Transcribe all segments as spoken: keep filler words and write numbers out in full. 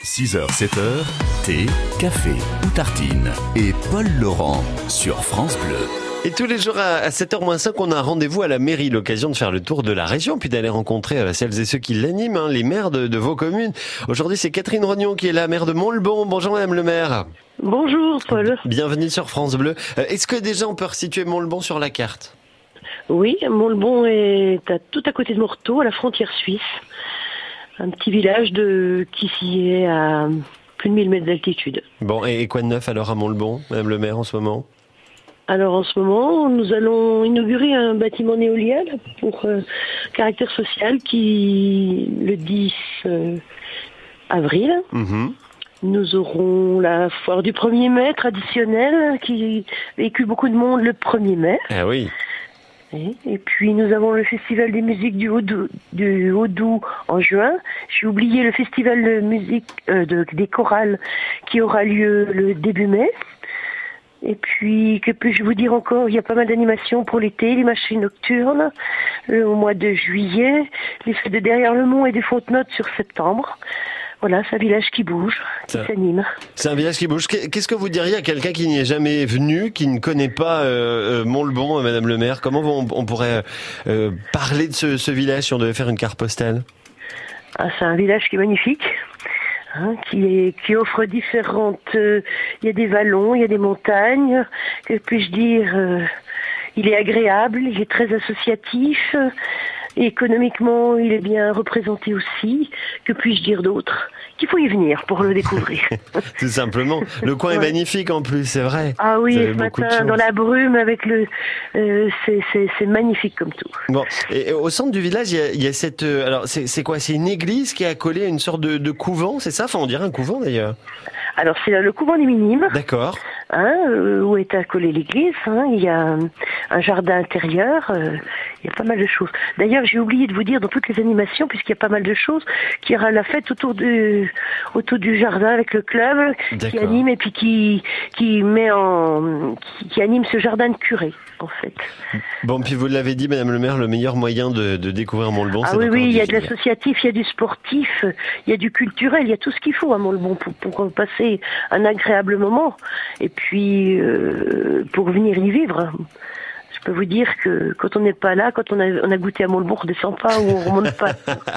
six heures, sept heures, thé, café ou tartine. Et Paul Laurent sur France Bleu. Et tous les jours à sept heures moins cinq, on a un rendez-vous à la mairie, l'occasion de faire le tour de la région, puis d'aller rencontrer celles et ceux qui l'animent, hein, les maires de, de vos communes. Aujourd'hui, c'est Catherine Rognon qui est la maire de Montleban. Bonjour Madame le maire. Bonjour Paul. Bienvenue sur France Bleu. Euh, est-ce que déjà on peut resituer Montleban sur la carte ? Oui, Montleban est à, tout à côté de Morteau, à la frontière suisse. Un petit village de, qui s'y est à plus de mille mètres d'altitude. Bon, et, et quoi de neuf alors à Montleban, Madame le maire, en ce moment ? Alors en ce moment, nous allons inaugurer un bâtiment néolien pour euh, caractère social qui, le dix euh, avril, mmh. nous aurons la foire du premier mai traditionnelle qui véhicule beaucoup de monde le premier mai. Ah oui. Et, et puis nous avons le festival des musiques du Haut-Doubs, du Haut-Doubs en juin. J'ai oublié le festival de musique euh, de, des chorales qui aura lieu le début mai. Et puis, que puis-je vous dire encore, il y a pas mal d'animations pour l'été, les marchés nocturnes, le, au mois de juillet, les fêtes de Derrière le Mont et des Fontenay sur septembre. Voilà, c'est un village qui bouge, qui Ça, s'anime. C'est un village qui bouge. Qu'est-ce que vous diriez à quelqu'un qui n'y est jamais venu, qui ne connaît pas euh, Montleban, euh, Madame le maire ? Comment on, on pourrait euh, parler de ce, ce village si on devait faire une carte postale ? Ah, c'est un village qui est magnifique. Hein, qui, est, qui offre différentes... Euh, il y a des vallons, il y a des montagnes, que puis-je dire, euh, il est agréable, il est très associatif, euh, et économiquement il est bien représenté aussi, que puis-je dire d'autre ? Qu'il faut y venir pour le découvrir. Tout simplement. Le coin ouais. est magnifique en plus, c'est vrai. Ah oui, et ce matin, dans la brume, avec le, euh, c'est, c'est, c'est magnifique comme tout. Bon, et au centre du village, il y a, il y a cette, euh, alors c'est, c'est quoi ? C'est une église qui est accolée à une sorte de, de couvent, c'est ça ? Enfin, on dirait un couvent d'ailleurs. Alors c'est le couvent des Minimes. D'accord. Hein, euh, où est accolée l'église. Hein, il y a un, un jardin intérieur. Euh, il y a pas mal de choses. D'ailleurs, j'ai oublié de vous dire dans toutes les animations, puisqu'il y a pas mal de choses, qu'il y aura la fête autour du autour du jardin avec le club D'accord. qui anime et puis qui qui met en qui, qui anime ce jardin de curé en fait. Bon, puis vous l'avez dit, Madame le maire, le meilleur moyen de, de découvrir Montleban, ah c'est oui oui, il y a de filière. l'associatif, il y a du sportif, il y a du culturel, il y a tout ce qu'il faut à Montleban pour, pour passer un agréable moment. Et puis euh, pour venir y vivre. Je peux vous dire que quand on n'est pas là, quand on a, on a goûté à Montleban, on ne descend pas ou on ne remonte pas.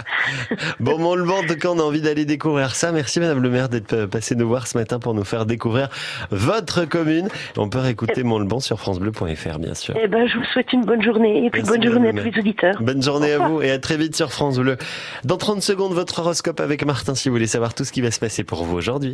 Bon, Montleban, en tout cas, on a envie d'aller découvrir ça. Merci Madame le maire d'être passée nous voir ce matin pour nous faire découvrir votre commune. On peut réécouter eh... Montleban sur francebleu point f r, bien sûr. Eh ben, je vous souhaite une bonne journée et puis Merci bonne journée à tous les auditeurs. Bonne journée à vous et à très vite sur France Bleu. Dans trente secondes, votre horoscope avec Martin, si vous voulez savoir tout ce qui va se passer pour vous aujourd'hui.